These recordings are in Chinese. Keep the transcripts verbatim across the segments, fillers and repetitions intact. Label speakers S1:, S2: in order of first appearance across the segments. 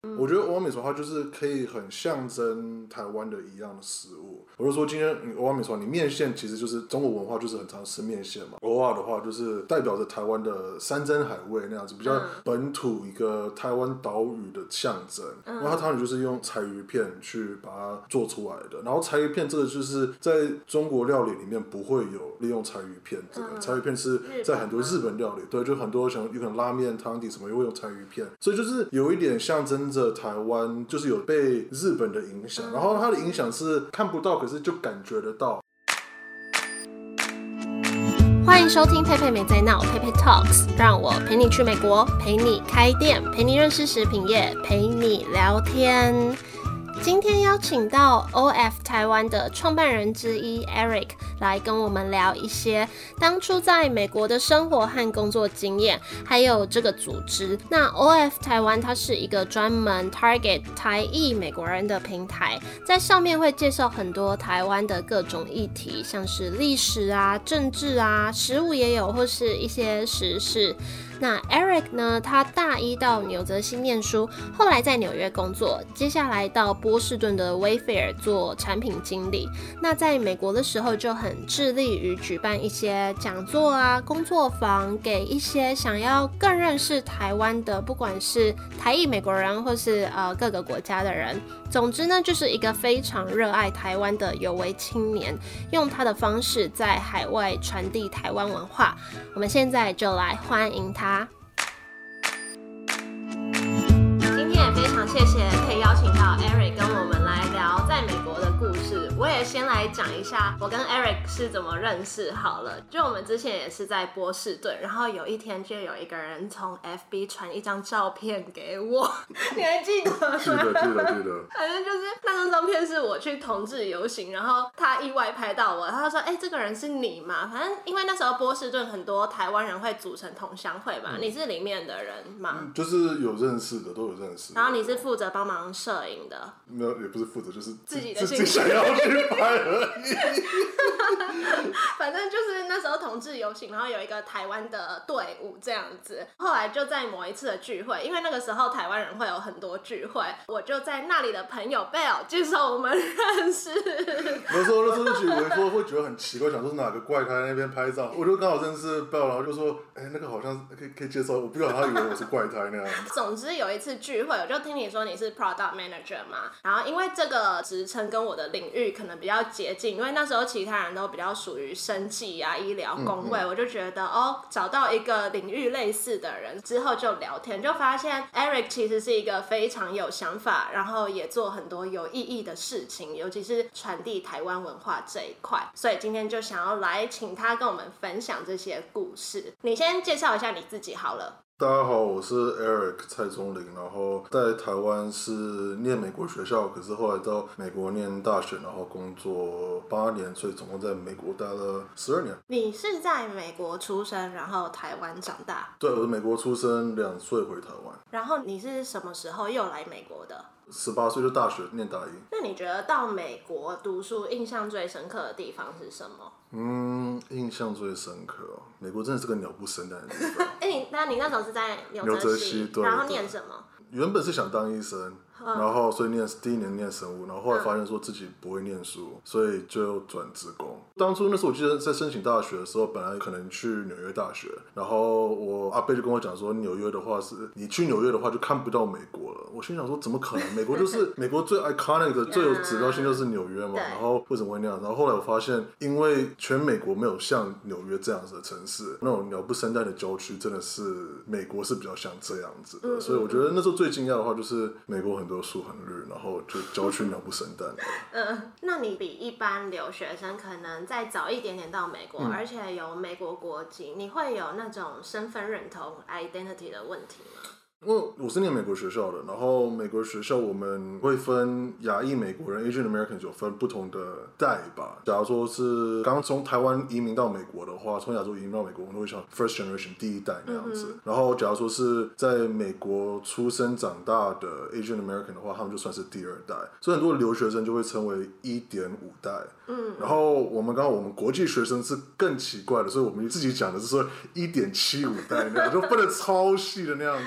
S1: 嗯、我觉得欧巴美传它就是可以很象征台湾的一样的食物。我就说今天欧巴美传，你面线其实就是中国文化，就是很常吃面线嘛。欧巴的话就是代表着台湾的山珍海味那样子，比较本土一个台湾岛屿的象征。嗯、然后它汤底就是用柴鱼片去把它做出来的。然后柴鱼片这个就是在中国料理里面不会有利用柴鱼片这个，嗯、柴鱼片是在很多日本料理，对，就很多像有可能拉面汤底什么也会用柴鱼片，所以就是有一点象征着台湾就是有被日本的影响，嗯、然后它的影响是看不到，可是就感觉得到。
S2: 欢迎收听佩佩没在闹，佩佩 Talks， 让我陪你去美国，陪你开店，陪你认识食品业，陪你聊天。今天邀请到 O F 台湾的创办人之一 Eric 来跟我们聊一些当初在美国的生活和工作经验，还有这个组织。那 O F 台湾它是一个专门 target 台裔美国人的平台，在上面会介绍很多台湾的各种议题，像是历史啊、政治啊、食物也有，或是一些时事。那 Eric 呢，他大一到纽泽西念书，后来在纽约工作，接下来到波士顿的 Wayfair 做产品经理。那在美国的时候就很致力于举办一些讲座啊、工作坊，给一些想要更认识台湾的，不管是台裔美国人或是呃各个国家的人。总之呢，就是一个非常热爱台湾的有为青年，用他的方式在海外传递台湾文化。我们现在就来欢迎他。今天也非常谢谢可以邀请到 Eric 跟我们来聊在美国的故事。我也先来讲一下我跟 Eric 是怎么认识好了。就我们之前也是在波士顿，然后有一天就有一个人从 F B 传一张照片给我，你还记得吗？
S1: 记得记得记得。
S2: 反正就是那张照片是我去同志游行，然后他意外拍到我，他就说：“哎、欸，这个人是你吗？”反正因为那时候波士顿很多台湾人会组成同乡会嘛，嗯、你是里面的人吗？
S1: 嗯，就是有认识的，都有认识的。
S2: 然后你是负责帮忙摄影的？
S1: 没有，也不是负责，就是
S2: 自己的兴趣，
S1: 自己想要去拍而已。
S2: 反正就是那时候同志游行，然后有一个台湾的队伍这样子。后来就在某一次的聚会，因为那个时候台湾人会有很多聚会，我就在那里的朋友 Bell 介绍我们认识。
S1: 那时候那时候就以为说会觉得很奇怪，想说哪个怪胎那边拍照，我就刚好认识 Bell， 然后就说，哎、欸，那个好像可以可以介绍，我不知道他以为我是怪胎那样。
S2: 总之有一次聚会，我就听你说你是 Product Manager 嘛，然后因为这个职称跟我的领域可能比较接近，因为那时候其他人都比较属于生技啊、医疗、工位、嗯嗯，我就觉得哦，找到一个领域类似的人之后就聊天，就发现 Eric 其实是一个非常有想法，然后也做很多有意义的事情，尤其是传递台湾文化这一块，所以今天就想要来请他跟我们分享这些故事。你先介绍一下你自己好了。
S1: 大家好，我是 Eric 蔡宗麟，然后在台湾是念美国学校，可是后来到美国念大学，然后工作八年，所以总共在美国待了十二年。
S2: 你是在美国出生，然后台湾长大？
S1: 对，我是美国出生，两岁回台湾。
S2: 然后你是什么时候又来美国的？
S1: 十八岁就大学念大一。
S2: 那你觉得到美国读书印象最深刻的地方是什么？
S1: 嗯，印象最深刻哦，美国真的是个鸟不生蛋的地方。
S2: 哎、欸，那你那时候是在纽泽西，
S1: 对，
S2: 然后念什么？
S1: 原本是想当医生，嗯、然后所以念第一年念生物，然后后来发现说自己不会念书，嗯、所以就转职工。当初那时候我记得在申请大学的时候，本来可能去纽约大学，然后我阿伯就跟我讲说，纽约的话是你去纽约的话就看不到美国了。我心想说怎么可能？美国就是美国最 iconic 的、最有指标性就是纽约嘛，然后为什么会那样？然后后来我发现，因为全美国没有像纽约这样子的城市，那种鸟不生蛋的郊区真的是美国是比较像这样子的，嗯、所以我觉得那时候最惊讶的话就是美国很多树很绿，然后就郊区鸟不生蛋。
S2: 嗯，那你比一般留学生可能再早一点点到美国，嗯、而且有美国国籍，你会有那种身份认同 identity 的问题吗？
S1: 因为我是念美国学校的，然后美国学校我们会分亚裔美国人 Asian Americans 有分不同的代吧。假如说是刚从台湾移民到美国的话，从亚洲移民到美国，我们会像 first generation 第一代那样子。嗯、然后假如说是在美国出生长大的 Asian American 的话，他们就算是第二代。所以很多留学生就会称为 一点五 代。嗯，然后我们刚刚我们国际学生是更奇怪的，所以我们自己讲的是说 一点七五 代那样，就分得超细的那样子。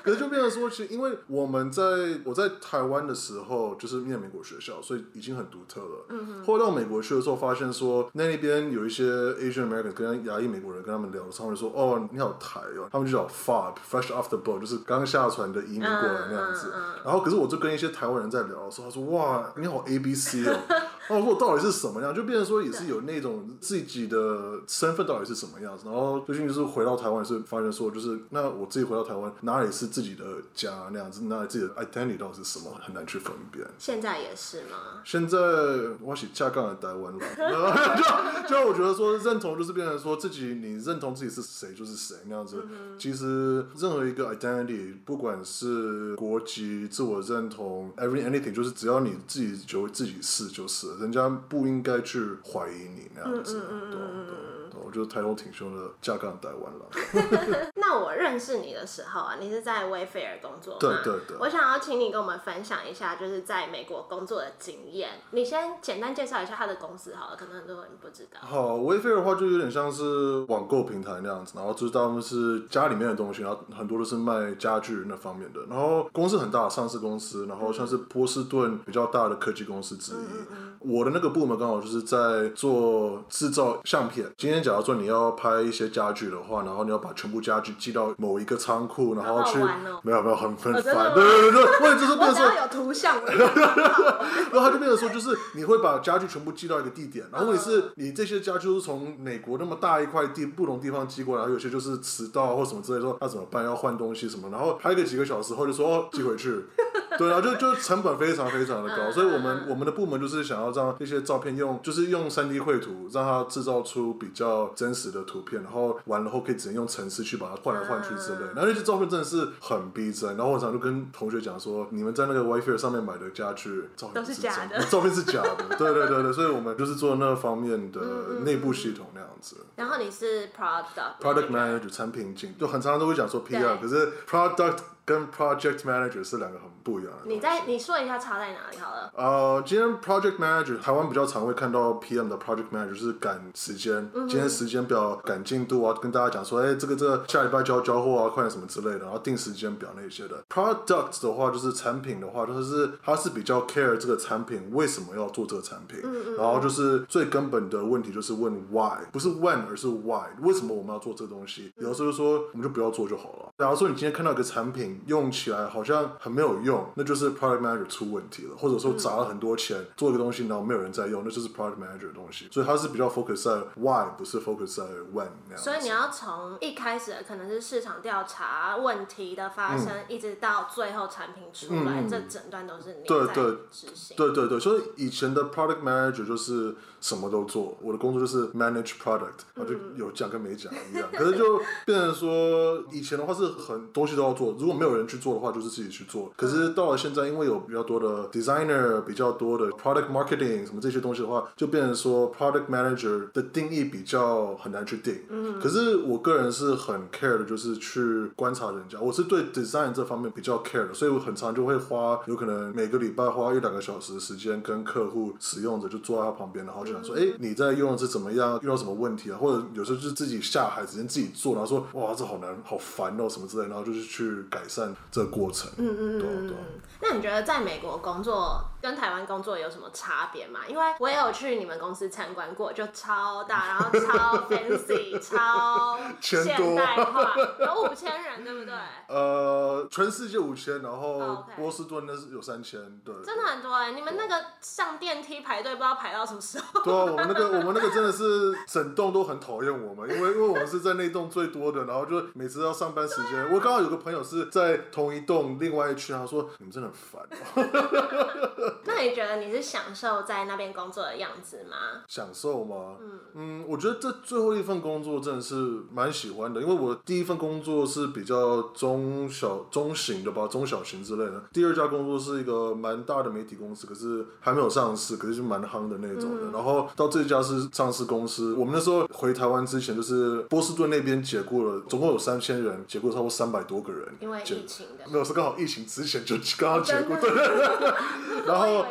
S1: 可是就变成说，其实因为我们在我在台湾的时候就是念美国学校，所以已经很独特了。嗯后来到美国去的时候，发现说那边有一些 Asian American 跟亚裔美国人跟他们聊，他们就说哦你好台哦，他们就叫 F O B fresh off the boat， 就是刚下船的移民过来那样子。嗯嗯嗯、然后可是我就跟一些台湾人在聊的时候，他说哇你好 A B C 哦，然后我说我到底是什么样，就变成说也是有那种自己的身份到底是什么样子。然后最近就是回到台湾是发现说，就是那我自己回到台湾哪里是自己的家那样子，哪里自己的 identity 到底是什么，很难去分辨。
S2: 现在也是吗？
S1: 现在我是架杠的台湾了，就就我觉得说认同就是变成说自己你认同自己是谁就是谁那样子。嗯、其实任何一个 identity， 不管是国籍、自我认同 ，every anything， 就是只要你自己觉得自己是就是了，人家不应该去怀疑你那样子。嗯嗯嗯嗯嗯我觉得台湾挺凶的，架杠台湾了。
S2: 那我认识你的时候啊，你是在 Wayfair 工作吗？
S1: 对对对。
S2: 我想要请你跟我们分享一下，就是在美国工作的经验。你先简单介绍一下他的公司好了，可能很多人不知道。
S1: 好 ，Wayfair 的话就有点像是网购平台那样子，然后就是他们是家里面的东西，然后很多都是卖家具那方面的。然后公司很大，上市公司，然后像是波士顿比较大的科技公司之一。嗯嗯嗯我的那个部门刚好就是在做制造相片。今天假如说你要拍一些家具的话，然后你要把全部家具寄到某一个仓库，然后去
S2: 好好
S1: 哦、没有没有很很烦，
S2: 哦、
S1: 对对对对，我就是变成说
S2: 我只要有图像，
S1: 然后他就变成说，就是你会把家具全部寄到一个地点，然后问题是你这些家具都是从美国那么大一块地不同地方寄过来，有些就是迟到或什么之类的，说那怎么办？要换东西什么，然后拍个几个小时后就说哦寄回去，对，然后就就成本非常非常的高，所以我们我们的部门就是想要让这些照片用就是用 三 D 绘图，让它制造出比较真实的图片，然后完了后可以只能用程式去把它换来换去之类的。然后那些照片真的是很逼真，然后我常常就跟同学讲说，你们在那个 Wayfair 上面买的家具，照片
S2: 是假的，
S1: 照片是假的，对对对对，所以我们就是做那方面的内部系统那样子。
S2: 然后你是 product
S1: product manager 产品经理，就很常常都会讲说 P R， 可是 product跟 project manager 是两个很不一样的。
S2: 你在你说一下差在哪里好了。
S1: 呃，今天 project manager 台湾比较常会看到 P M 的 project manager 就是赶时间，嗯、今天时间表赶进度啊，跟大家讲说，哎、欸，这个这个下礼拜就要交货啊，快点什么之类的，然后定时间表那些的。product 的话就是产品的话，就是它是比较 care 这个产品为什么要做这个产品，嗯嗯然后就是最根本的问题就是问 why， 不是 when 而是 why， 为什么我们要做这个东西？有的时候就说我们就不要做就好了。假如说你今天看到一个产品用起来好像很没有用，那就是 product manager 出问题了，或者说砸了很多钱做一个东西，然后没有人在用，那就是 product manager 的东西。所以它是比较 focus 在 why， 不是 focus 在 when 那样子。
S2: 所以你要从一开始的可能是市场调查问题的发生，嗯、一直到最后产品出来，嗯、这整段都是你在执行。
S1: 对对对，所以以前的 product manager 就是什么都做，我的工作就是 manage product， 然后就有讲跟没讲一样。可是就变成说，以前的话是很东西都要做，如果没有人去做的话，就是自己去做。可是到了现在，因为有比较多的 designer， 比较多的 product marketing 什么这些东西的话，就变成说 product manager 的定义比较很难去定。嗯、可是我个人是很 care 的，就是去观察人家，我是对 design 这方面比较 care 的，所以我很常就会花，有可能每个礼拜花一两个小时的时间跟客户使用者就坐在他旁边，然后就想说，哎、嗯，你在用的是怎么样，遇到什么问题啊？或者有时候就是自己下海，直接自己做，然后说，哇，这好难，好烦哦，什么之类的，然后就是去改善这个过程。嗯嗯对对。
S2: 那你觉得在美国工作跟台湾工作有什么差别吗？因为我也有去你们公司参观过，就超大，然后超 fancy， 超现代化，有五千人，对不对？
S1: 呃，全世界五千，然后波士顿那是有三千，对，
S2: 真的很多哎、欸！你们那个上电梯排队不知道排到什么时候。
S1: 对啊，我们那个我们那个真的是整栋都很讨厌我们，因为因为我们是在那栋最多的，然后就每次要上班时间，啊、我刚好有个朋友是在同一栋另外一区，他说你们真的很烦、喔。
S2: 那你觉得你是享受在那边工作的样子吗？
S1: 享受吗？嗯嗯，我觉得这最后一份工作真的是蛮喜欢的，因为我第一份工作是比较中小中型的吧，中小型之类的。第二家工作是一个蛮大的媒体公司，可是还没有上市，可是就蛮夯的那种的。嗯、然后到这家是上市公司，我们那时候回台湾之前，就是波士顿那边解雇了，总共有三千人，解雇差不多三百多个人。
S2: 因为疫情的，
S1: 没有，是刚好疫情之前就刚好解雇，对。然后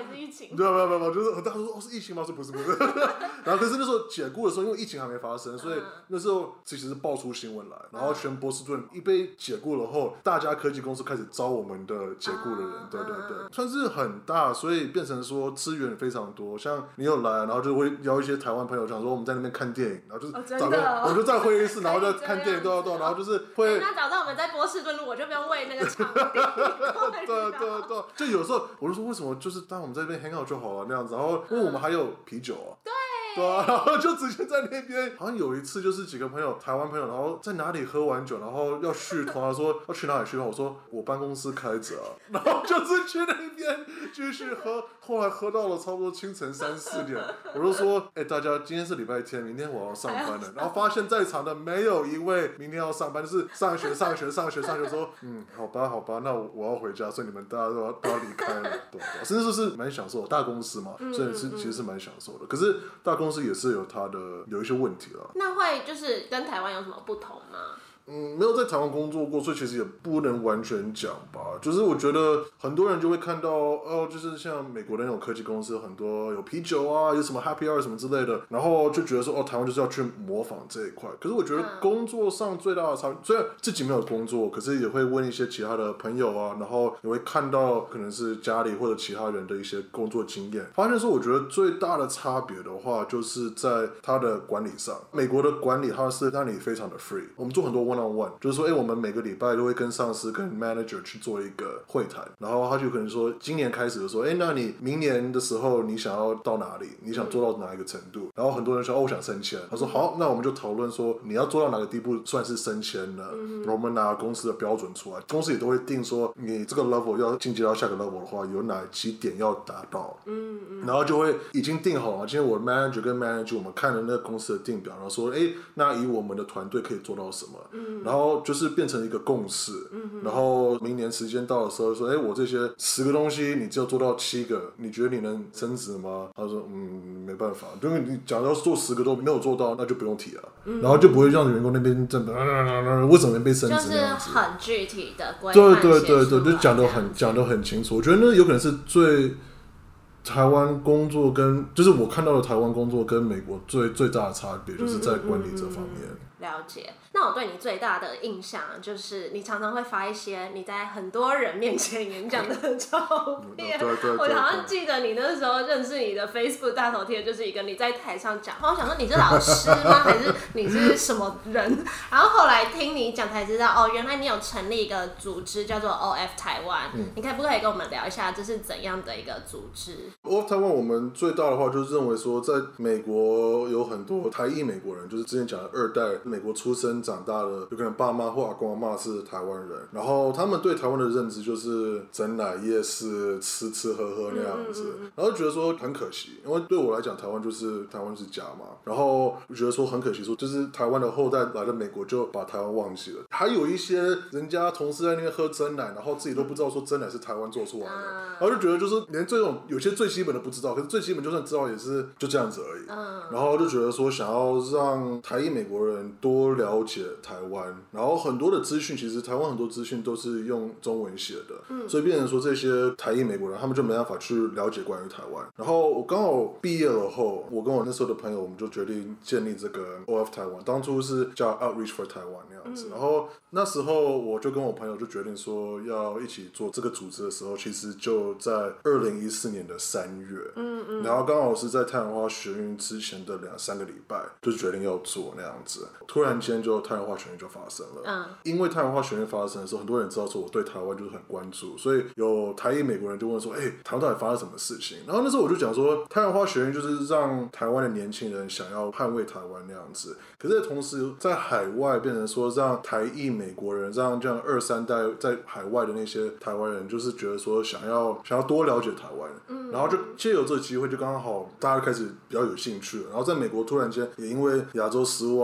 S2: 情。
S1: 对，没有没有没有，就是大家说哦是疫情吗？说不是不是。然后可是那时候解雇的时候，因为疫情还没发生，所以那时候其实是爆出新闻来，然后全波士顿一被解雇了后，大家科技公司开始招我们的解雇的人，对对对，算是很大，所以变成说资源非常多。像你有来，然后就会邀一些台湾朋友，想说我们在那边看电影，然后就是找个、哦、我们就在会议室，然后就看电影，对对，然后就是会。
S2: 那早知道我们在波士顿路，我就不用为那个场地。
S1: 对对对，就有时候我就说为什么就是当我们在那边 hang out 就好了那样子，然后因为我们还有啤酒啊。
S2: 对。
S1: 对啊，然后就直接在那边，好像有一次就是几个朋友，台湾朋友，然后在哪里喝完酒，然后要续团，他说要去哪里续团，我说我办公室开着啊，然后就是去那边继续喝，后来喝到了差不多清晨三四点，我就说，哎、欸，大家今天是礼拜天，明天我要上班了，然后发现在场的没有一位明天要上班，就是上学上学上学上学说，嗯，好吧好吧，那我要回家，所以你们大家都要都要离开了，对，甚至是蛮享受的，大公司嘛，所以是其实是蛮享受的，可是大公司也是有它的有一些问题了。
S2: 那会就是跟台湾有什么不同吗？
S1: 嗯，没有在台湾工作过，所以其实也不能完全讲吧。就是我觉得很多人就会看到，哦，就是像美国的那种科技公司，很多有啤酒啊，有什么 Happy Hour 什么之类的，然后就觉得说，哦，台湾就是要去模仿这一块。可是我觉得工作上最大的差别，虽然自己没有工作，可是也会问一些其他的朋友啊，然后也会看到可能是家里或者其他人的一些工作经验，发现说，我觉得最大的差别的话，就是在他的管理上。美国的管理它是让你非常的 free， 我们做很多 one on one， 就是说，哎、欸，我们每个礼拜都会跟上司、跟 manager 去做一个会谈，然后他就可能说，今年开始的说，哎、欸，那你明年的时候你想要到哪里？你想做到哪一个程度？然后很多人说，哦，我想升迁。他说，好，那我们就讨论说，你要做到哪个地步算是升迁了？然后我们拿公司的标准出来，公司也都会定说，你这个 level 要进阶到下个 level 的话，有哪几点要达到？嗯嗯，然后就会已经定好了。今天我的 manager 跟 manager 我们看了那个公司的定表，然后说，哎、欸，那以我们的团队可以做到什么？嗯，然后。然后就是变成一个共识，嗯、然后明年时间到的时候说，哎，我这些十个东西你只有做到七个，你觉得你能升职吗？他说，嗯，没办法，因为你假如要做十个都没有做到，那就不用提了，嗯、然后就不会让员工那边真的、呃、为什么没被升职那样子，
S2: 就是很具体的规范，
S1: 对对对对，就讲得很讲得很清楚。我觉得那有可能是最台湾工作跟就是我看到的台湾工作跟美国最最大的差别，就是在管理这方面。嗯嗯嗯嗯
S2: 了解。那我对你最大的印象就是你常常会发一些你在很多人面前演讲的照片。对对对对，我好像记得你那时候认识你的 Facebook 大头贴就是一个你在台上讲话，我想说你是老师吗？还是你是什么人？然后后来听你讲才知道，哦，原来你有成立一个组织叫做 O F 台湾。嗯，你可以不可以跟我们聊一下这是怎样的一个组织
S1: ？O F 台湾我们最大的话就是认为说，在美国有很多台裔美国人，就是之前讲的二代美国出生长大的，有可能爸妈或阿公阿嬷是台湾人，然后他们对台湾的认知就是整奶夜市吃吃喝喝那样子，嗯嗯嗯，然后觉得说很可惜，因为对我来讲台湾就是台湾是家嘛，然后我觉得说很可惜说就是台湾的后代来了美国就把台湾忘记了，还有一些人家同事在那边喝真奶，然后自己都不知道说真奶是台湾做出来的，嗯，然后就觉得就是连这种有些最基本的不知道，可是最基本就算知道也是就这样子而已，嗯，然后就觉得说想要让台裔美国人多了解台湾，然后很多的资讯其实台湾很多资讯都是用中文写的，嗯，所以变成说这些台裔美国人他们就没办法去了解关于台湾。然后我刚好毕业了后，我跟我那时候的朋友我们就决定建立这个 O F 台湾，当初是叫 Outreach for Taiwan 那样子，嗯，然后那时候我就跟我朋友就决定说要一起做这个组织的时候，其实就在二零一四年的三月，嗯嗯，然后刚好是在太阳花学运之前的两三个礼拜就决定要做那样子，突然间就太阳花学运就发生了，嗯，因为太阳花学运发生的时候，很多人知道说我对台湾就是很关注，所以有台裔美国人就问说，哎，欸，台湾到底发生什么事情？然后那时候我就讲说，太阳花学运就是让台湾的年轻人想要捍卫台湾那样子，可是同时在海外变成说让台裔美国人，让这样二三代在海外的那些台湾人，就是觉得说想要想要多了解台湾，嗯，然后就借由这个机会，就刚好大家开始比较有兴趣了，然后在美国突然间也因为亚洲食物啊、真奶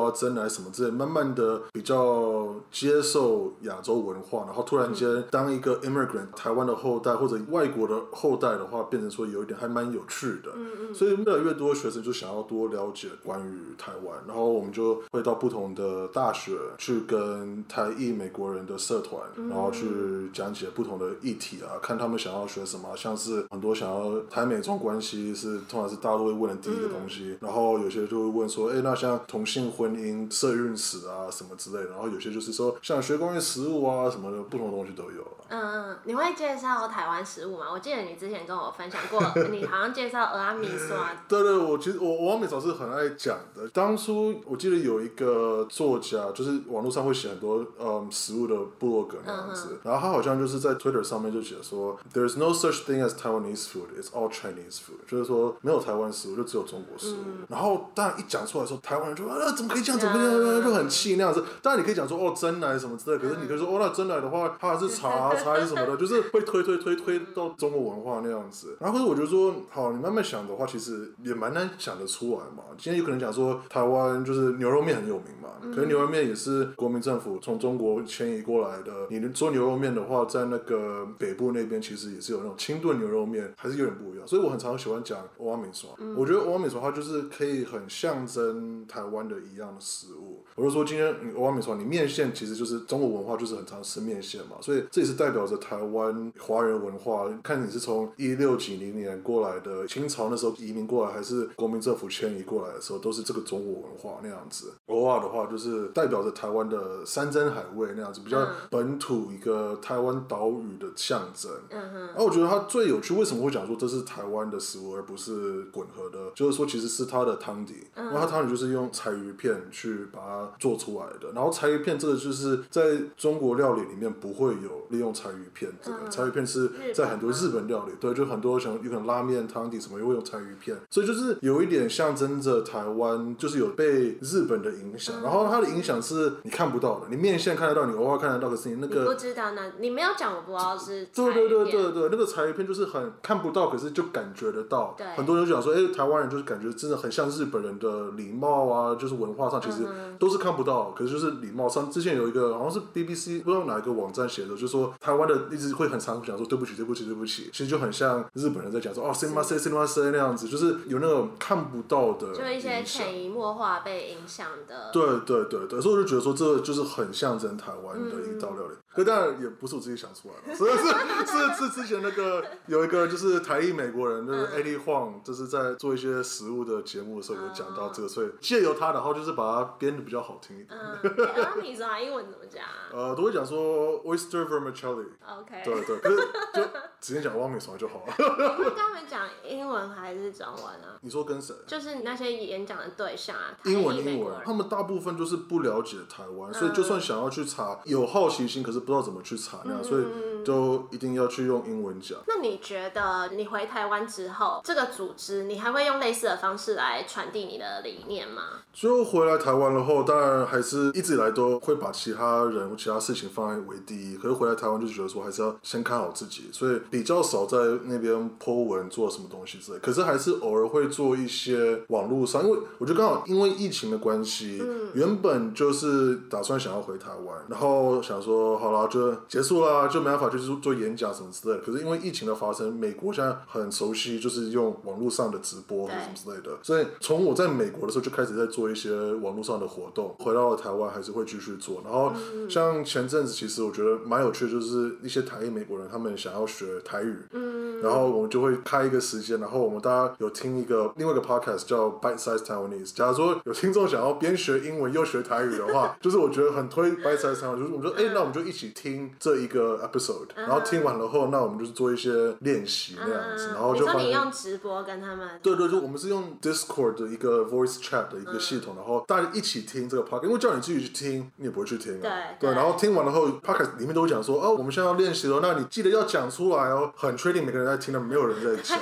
S1: 还是什么之类，慢慢的比较接受亚洲文化，然后突然间当一个 immigrant 台湾的后代或者外国的后代的话，变成说有一点还蛮有趣的。嗯嗯，所以越来越多学生就想要多了解关于台湾，然后我们就会到不同的大学去跟台裔美国人的社团，然后去讲解不同的议题啊，看他们想要学什么，像是很多想要台美中关系是通常是大家都会问的第一个东西，然后有些就会问说，哎，那像同性婚姻、社运史啊什么之类的，然后有些就是说像学关于食物啊什么的，不同的东西都有。
S2: 嗯嗯，你会介绍台湾食物吗？我记得你之前跟我分享过，你好像介绍蚵仔米线。
S1: 对对，我其实我蚵仔米线是很爱讲的。当初我记得有一个作家，就是网络上会写很多嗯食物的部落格那样子，嗯、然后他好像就是在 Twitter 上面就写说 ，There's no such thing as Taiwanese food, it's all Chinese food， 就是说没有台湾食物，就只有中国食物。嗯、然后当然一讲出来的时候，台湾人就啊怎么可以这样，怎么可以这样，就很气那样子。当然你可以讲说哦真奶什么之类的，可是你可以说哦那真奶的话，它还是茶茶还是什么的，就是会推推推推到中国文化那样子。然后可是我觉得说，好，你慢慢想的话，其实也蛮难想得出来嘛。今天有可能讲说台湾就是牛肉面很有名嘛，嗯、可是牛肉面也是国民政府从中国迁移过来的。你做牛肉面的话，在那个北部那边其实也是有那种清炖牛肉面，还是有点不一样。所以我很常喜欢讲蚵仔米线。嗯、我觉得蚵仔米线它就是可以很象征台湾的一样的食物。我就说今天蚵仔米线，你面线其实就是中国文化，就是很常吃面线嘛，所以这也是代表着台湾华人文化。看你是从一六几零年过来的，清朝那时候移民过来，还是国民政府迁移过来的时候，都是这个中国文化那样子。蚵仔的话，就是代表着台湾的山珍海味那样子，比较本土一个台湾岛屿的象征。嗯哼。然后我觉得它最有趣，为什么会讲说这是台湾的食物而不是混合的？就是说其实是它的汤底，然后它汤底就是用柴鱼片去把它做出来的。然后柴鱼片这个就是在中国料理里面不会有利用柴鱼片，这个柴鱼片是在很多日本料理，对，就很多像有可能拉面汤底什么也会用柴鱼片，所以就是有一点象征着台湾就是有被日本的影响，然后它的影响是你看不到的，你面线看得到，你偶尔看得到，可是你那个
S2: 你不知道，那你没有讲我不知道是柴
S1: 对对对对对，那个柴鱼片就是很看不到，可是就感觉得到。对，很多人就讲说，哎、欸，台湾人就是感觉真的很像日本人的礼貌啊，就是文化上其实都是看不到，可是就是礼貌上。之前有一个好像是 B B C 不知道哪一个网站写的，就是说台湾的一直会很常讲说对不起对不起对不起，其实就很像日本人在讲说哦 s i m a s e s i m a s e 那样子，就是有那种看不到的，
S2: 就一些潜移默化被影响的。
S1: 对对对对，所以我就觉得说这就是很象征台湾的一道料理。嗯、可当然也不是我自己想出来的，所以是是是之前那个有一个就是台裔美国人，就是 Eddie Huang， 就是在做一些食物的节目的时候有讲到这个，所以借由他，然后就是把它编的比较好听一点。
S2: 嗯，那你说英文怎么讲？
S1: 呃，都会讲说 oyster vermicelli。OK。对对，可是就直接讲蚵仔米线就好了。
S2: 他跟他们讲英文还是中文啊？
S1: 你说跟谁？
S2: 就是那些演讲的对象啊，
S1: 英文英文，他们大部分就是不了解台湾，所以就算想要去查，有好奇心，可是不知道怎么去查那样，所以就一定要去用英文讲。
S2: 那你觉得你回台湾之后，这个组织你还会用类似的方式来传递你的理念吗？
S1: 就回来台湾了后，当然还是一直以来都会把其他人、其他事情放在为第一。可是回来台湾就觉得说，还是要先看好自己，所以比较少在那边 po 文做什么东西之类。可是还是偶尔会做一些网络上，因为我觉得刚好因为疫情的关系，嗯、原本就是打算想要回台湾，然后想说好啦，就结束啦，就没办法去做演讲什么之类的。可是因为疫情的发生，美国现在很熟悉，就是用网络上的直播或者什么之类的，所以从我在美国的时候就开始在做一些网络上的活动，回到了台湾还是会继续做。然后像前阵子，其实我觉得蛮有趣的，就是一些台裔美国人他们想要学台语，嗯，然后我们就会开一个时间，然后我们大家有听一个另外一个 podcast 叫 Bite Size Taiwanese。假如说有听众想要边学英文又学台语的话，就是我觉得很推 Bite Size Taiwanese，就是我们说，哎、欸，那我们就一起听这一个 episode， 然后听完了后，那我们就是做一些练习那样子，然后就
S2: 你说你用直播跟他们？
S1: 对对，就我们是用 Discord 的一个 voice chat 的一个系统，然后大家一起听这个 podcast， 因为叫你自己去听，你也不会去听啊。对对，然后听完了后 podcast 里面都会讲说，哦，我们现在要练习了，那你记得要讲出来哦，很确定每个人在听的，没有人在讲。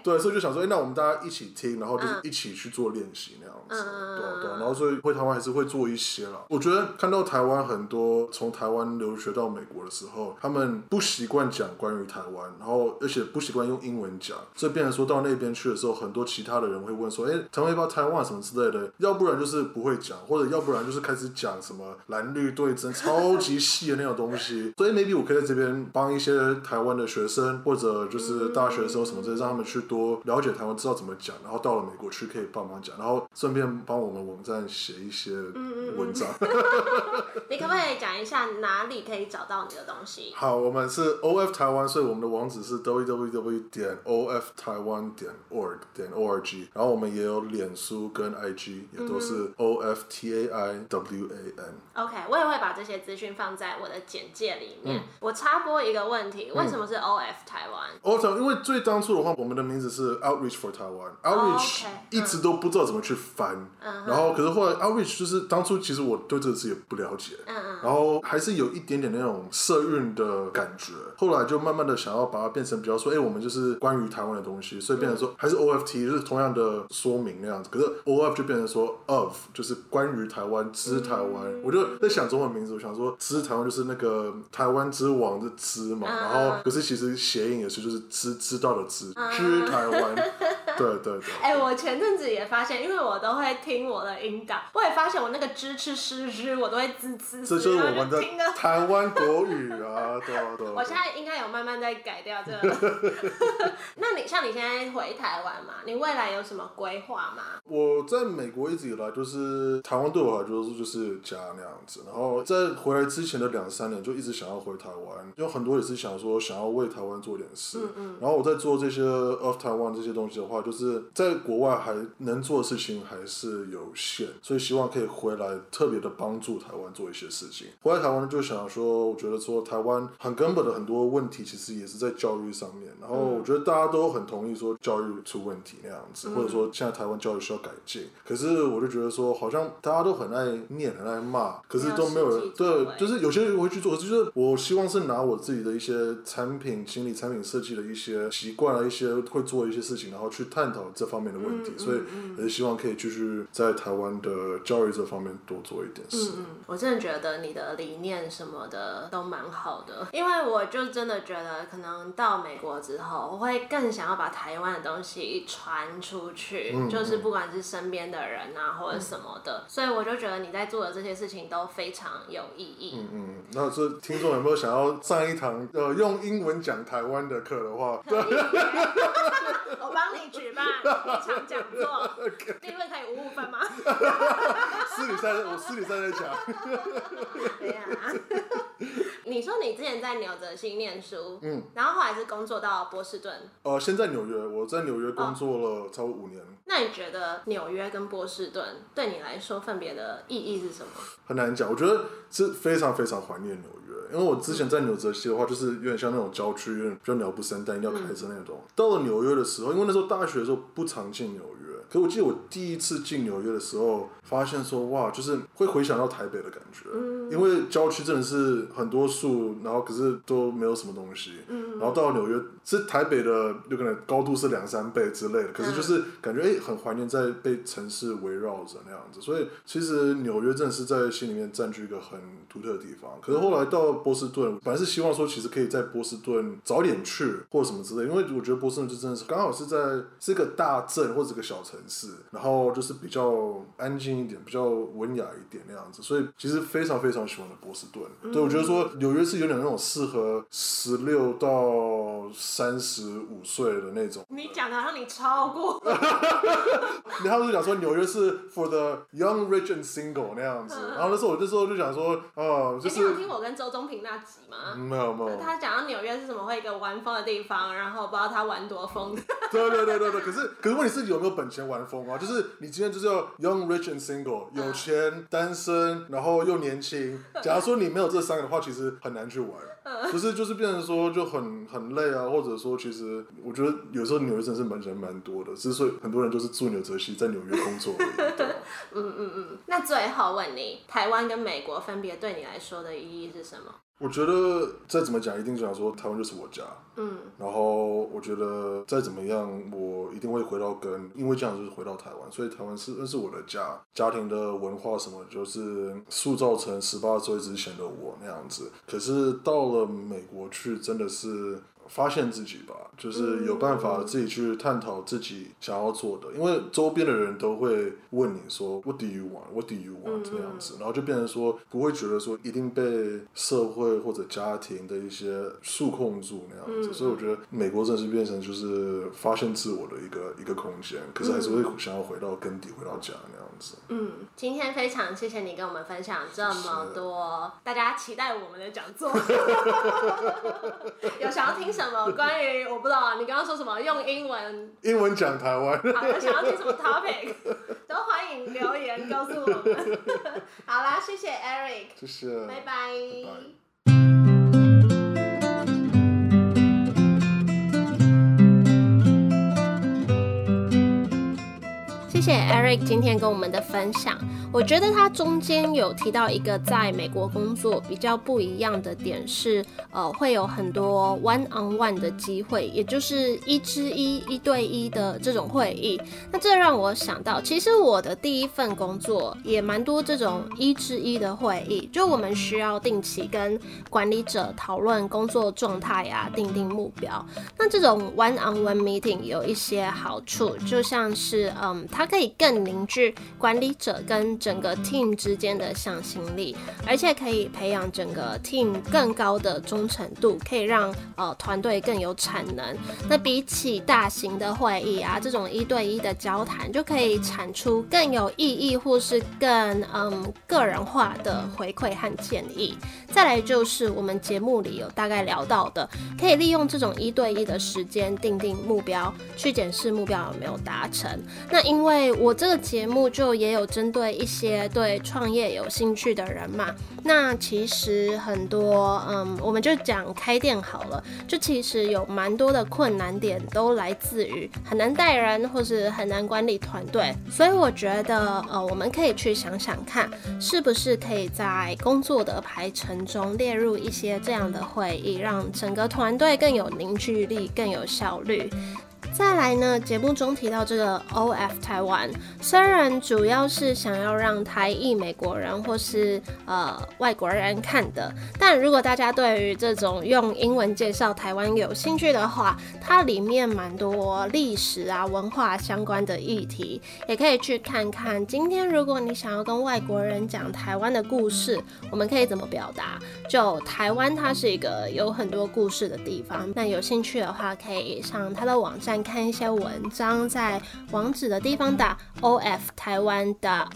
S1: 对，所以就想说，哎、欸，那我们大家一起听，然后就是一起去做练习那样子，嗯、对对、啊。然后所以回台湾还是会做一些啦。我觉得看到台湾很多从台湾留学到美国的时候，他们不习惯讲关于台湾，然后而且不习惯用英文讲，所以变成说到那边去的时候，很多其他的人会问说，哎、欸，台湾要不要台湾什么之类的，要不然就是不会讲，或者要不然就是开始讲什么蓝绿对争，超级细的那种东西。所以 maybe 我可以在这边帮一些台湾的学生，或者就是大学生什么之类，让他们去多了解台湾，知道怎么讲，然后到了美国去可以帮忙讲，然后顺便帮我们网站写一些文章。嗯嗯
S2: 嗯你可不可以讲一下哪里可以找到你的东西？
S1: 好，我们是 O F 台湾，所以我们的网址是 w w w 点 o f taiwan 点 org 点 org， 然后我们也有脸书跟 I G， 也都是 O F T A I W A N。OK，
S2: 我也会把这些资讯放在我的简介里面。嗯、我插播一个问题，为什么是 O F 台湾、
S1: 嗯、？O F 台湾，因为最当初的话，我们的名字是 Outreach for Taiwan。Outreach、oh, okay. 一直都不知道怎么去翻，嗯、然后可是后来 Outreach 就是当初其实我对这个字也不了解，嗯嗯，然后还是有一点点那种社运的感觉，后来就慢慢的想要把它变成比较说，哎、欸，我们就是关于台湾的东西，所以变成说、嗯、还是 O F T， 就是同样的说明那样子，可是 O F 就变成说 of， 就是关于台湾之台湾、嗯，我就在想中文名字，我想说之台湾就是那个台湾之王的之嘛，嗯、然后可是其实谐音也是就是知知道的知，之台湾。对对对，
S2: 哎、欸，我前阵子也发现，因为我都会听我的音档，我也发现我那个支吃诗诗，我都会滋滋。
S1: 这就是我们的台湾国语啊，对啊对啊。
S2: 我现在应该有慢慢在改掉这个。那你像你现在回台湾嘛，你未来有什么规划吗？
S1: 我在美国一直以来就是台湾对我来说就是家那样子，然后在回来之前的两三年就一直想要回台湾，有很多也是想说想要为台湾做点事，嗯嗯，然后我在做这些 of Taiwan 这些东西的话，就是在国外还能做的事情还是有限，所以希望可以回来特别的帮助台湾做一些事情。回来台湾就想说，我觉得说台湾很根本的很多问题其实也是在教育上面，然后我觉得大家都很同意说教育出问题那样子，或者说现在台湾教育需要改进，可是我就觉得说好像大家都很爱念很爱骂，可是都没有人对，就是有些人会去做，可是就是我希望是拿我自己的一些产品经理、产品设计的一些习惯啊，一些会做的一些事情，然后去探讨这方面的问题，嗯、所以也是希望可以继续在台湾的教育这方面多做一点事。
S2: 嗯嗯，我真的觉得你的理念什么的都蛮好的，因为我就真的觉得可能到美国之后，我会更想要把台湾的东西传出去，嗯、就是不管是身边的人啊或者什么的，嗯、所以我就觉得你在做的这些事情都非常有意义。
S1: 嗯嗯，那这听众有没有想要上一堂呃用英文讲台湾的课的话？
S2: 我帮你举办一场讲座，利润可以五五分吗？
S1: 私底下我私底下在讲。
S2: 对呀。你说你之前在纽泽西念书，嗯，然后后来是工作到波士顿。
S1: 呃，先在纽约，我在纽约工作了超过五年。
S2: 那你觉得纽约跟波士顿对你来说分别的意义是什么？
S1: 很难讲，我觉得是非常非常怀念纽约，因为我之前在纽泽西的话，就是有点像那种郊区，有点比较鸟不生蛋，一定要开车那种。嗯、到了纽约的时候，因为那时候大学的时候不常进纽约。可我记得我第一次进纽约的时候，发现说哇，就是会回想到台北的感觉，嗯、因为郊区真的是很多树，然后可是都没有什么东西，嗯、然后到了纽约是台北的有可能高度是两三倍之类的，可是就是感觉哎、欸、很怀念在被城市围绕着那样子，所以其实纽约真的是在心里面占据一个很独特的地方。可是后来到波士顿，本来是希望说其实可以在波士顿早点去或者什么之类，因为我觉得波士顿就真的是刚好是在是一个大镇或者一个小城市，然后就是比较安静一点，比较文雅一点那样子，所以其实非常非常喜欢的波士顿。嗯、对，我觉得说纽约是有点那种适合十六到三十五岁的那种。
S2: 你讲的好像你超过。
S1: 你他们就讲说纽约是 for the young, rich and single 那样子，然后那时候我那时候就想说，哦、呃，就是、欸。
S2: 你有听我跟周中平那集吗？
S1: 嗯、没有没有。
S2: 他讲到纽约是什么会一个玩疯的地方，然后不知道他玩多疯。
S1: 对对对对对，可是可是问题是有没有本钱玩疯啊？就是你今天就是要 young, rich and single， 有钱、单身，然后又年轻。假如说你没有这三个的话，其实很难去玩。不是就是变成说就很很累啊，或者说其实我觉得有时候纽约真的是蛮人蛮多的，之所以很多人就是住纽泽西，在纽约工作而已。对
S2: 嗯嗯嗯。那最后问你，台湾跟美国分别对你来说的意义是什么？
S1: 我觉得再怎么讲，一定想说台湾就是我家。嗯，然后我觉得再怎么样，我一定会回到根，因为这样就是回到台湾，所以台湾是那是我的家，家庭的文化什么，就是塑造成十八岁之前的我那样子。可是到了美国去，真的是发现自己吧，就是有办法自己去探讨自己想要做的，因为周边的人都会问你说 What do you want? What do you want? 这样子，然后就变成说不会觉得说一定被社会或者家庭的一些束控住那样子，所以我觉得美国真的是变成就是发现自我的一个一个空间，可是还是会想要回到根底，回到家那样子。
S2: 嗯，今天非常谢谢你跟我们分享这么多，大家期待我们的讲座。有想要听什么关于我不知道你刚刚说什么用英文
S1: 英文讲台湾，
S2: 好，有想要听什么 topic 都欢迎留言告诉我们。好啦，谢谢 Eric，
S1: 谢谢，
S2: 拜拜。
S1: 拜拜。
S2: 谢谢 Eric 今天跟我们的分享，我觉得他中间有提到一个在美国工作比较不一样的点是，呃，会有很多 one on one 的机会，也就是一之一、一对一的这种会议。那这让我想到，其实我的第一份工作也蛮多这种一之一的会议，就我们需要定期跟管理者讨论工作状态啊，定定目标。那这种 one on one meeting 有一些好处，就像是嗯，它可以更凝聚管理者跟整个 team 之间的向心力，而且可以培养整个 team 更高的忠诚度，可以让呃团队更有产能。那比起大型的会议啊，这种一对一的交谈就可以产出更有意义或是更嗯个人化的回馈和建议。再来就是我们节目里有大概聊到的，可以利用这种一对一的时间定定目标，去检视目标有没有达成。那因为我这个节目就也有针对一些对创业有兴趣的人嘛，那其实很多嗯，我们就讲开店好了，就其实有蛮多的困难点都来自于很难带人或是很难管理团队，所以我觉得呃，我们可以去想想看，是不是可以在工作的排程中列入一些这样的会议，让整个团队更有凝聚力，更有效率。再来呢，节目中提到这个 O F 台湾，虽然主要是想要让台裔美国人或是呃外国人看的，但如果大家对于这种用英文介绍台湾有兴趣的话，它里面蛮多历史啊文化相关的议题，也可以去看看。今天如果你想要跟外国人讲台湾的故事，我们可以怎么表达？就台湾它是一个有很多故事的地方，那有兴趣的话可以上它的网站看一些文章，在网址的地方打 o f 台湾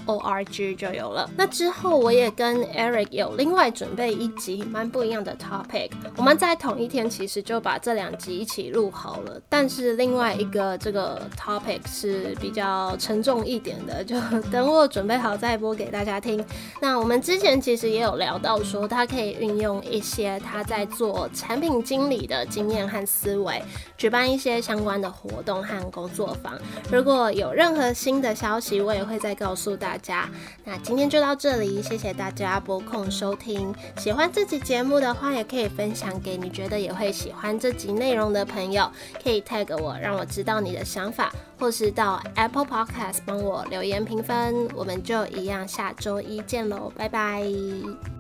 S2: .org 就有了。那之后我也跟 Eric 有另外准备一集蛮不一样的 topic， 我们在同一天其实就把这两集一起录好了，但是另外一个这个 topic 是比较沉重一点的，就等我准备好再播给大家听。那我们之前其实也有聊到说，他可以运用一些他在做产品经理的经验和思维，举办一些相关的活动和工作坊。如果有任何新的消息，我也会再告诉大家。那今天就到这里，谢谢大家拨空收听。喜欢这集节目的话，也可以分享给你觉得也会喜欢这集内容的朋友，可以 tag 我，让我知道你的想法，或是到 Apple Podcast 帮我留言评分。我们就一样下周一见喽，拜拜。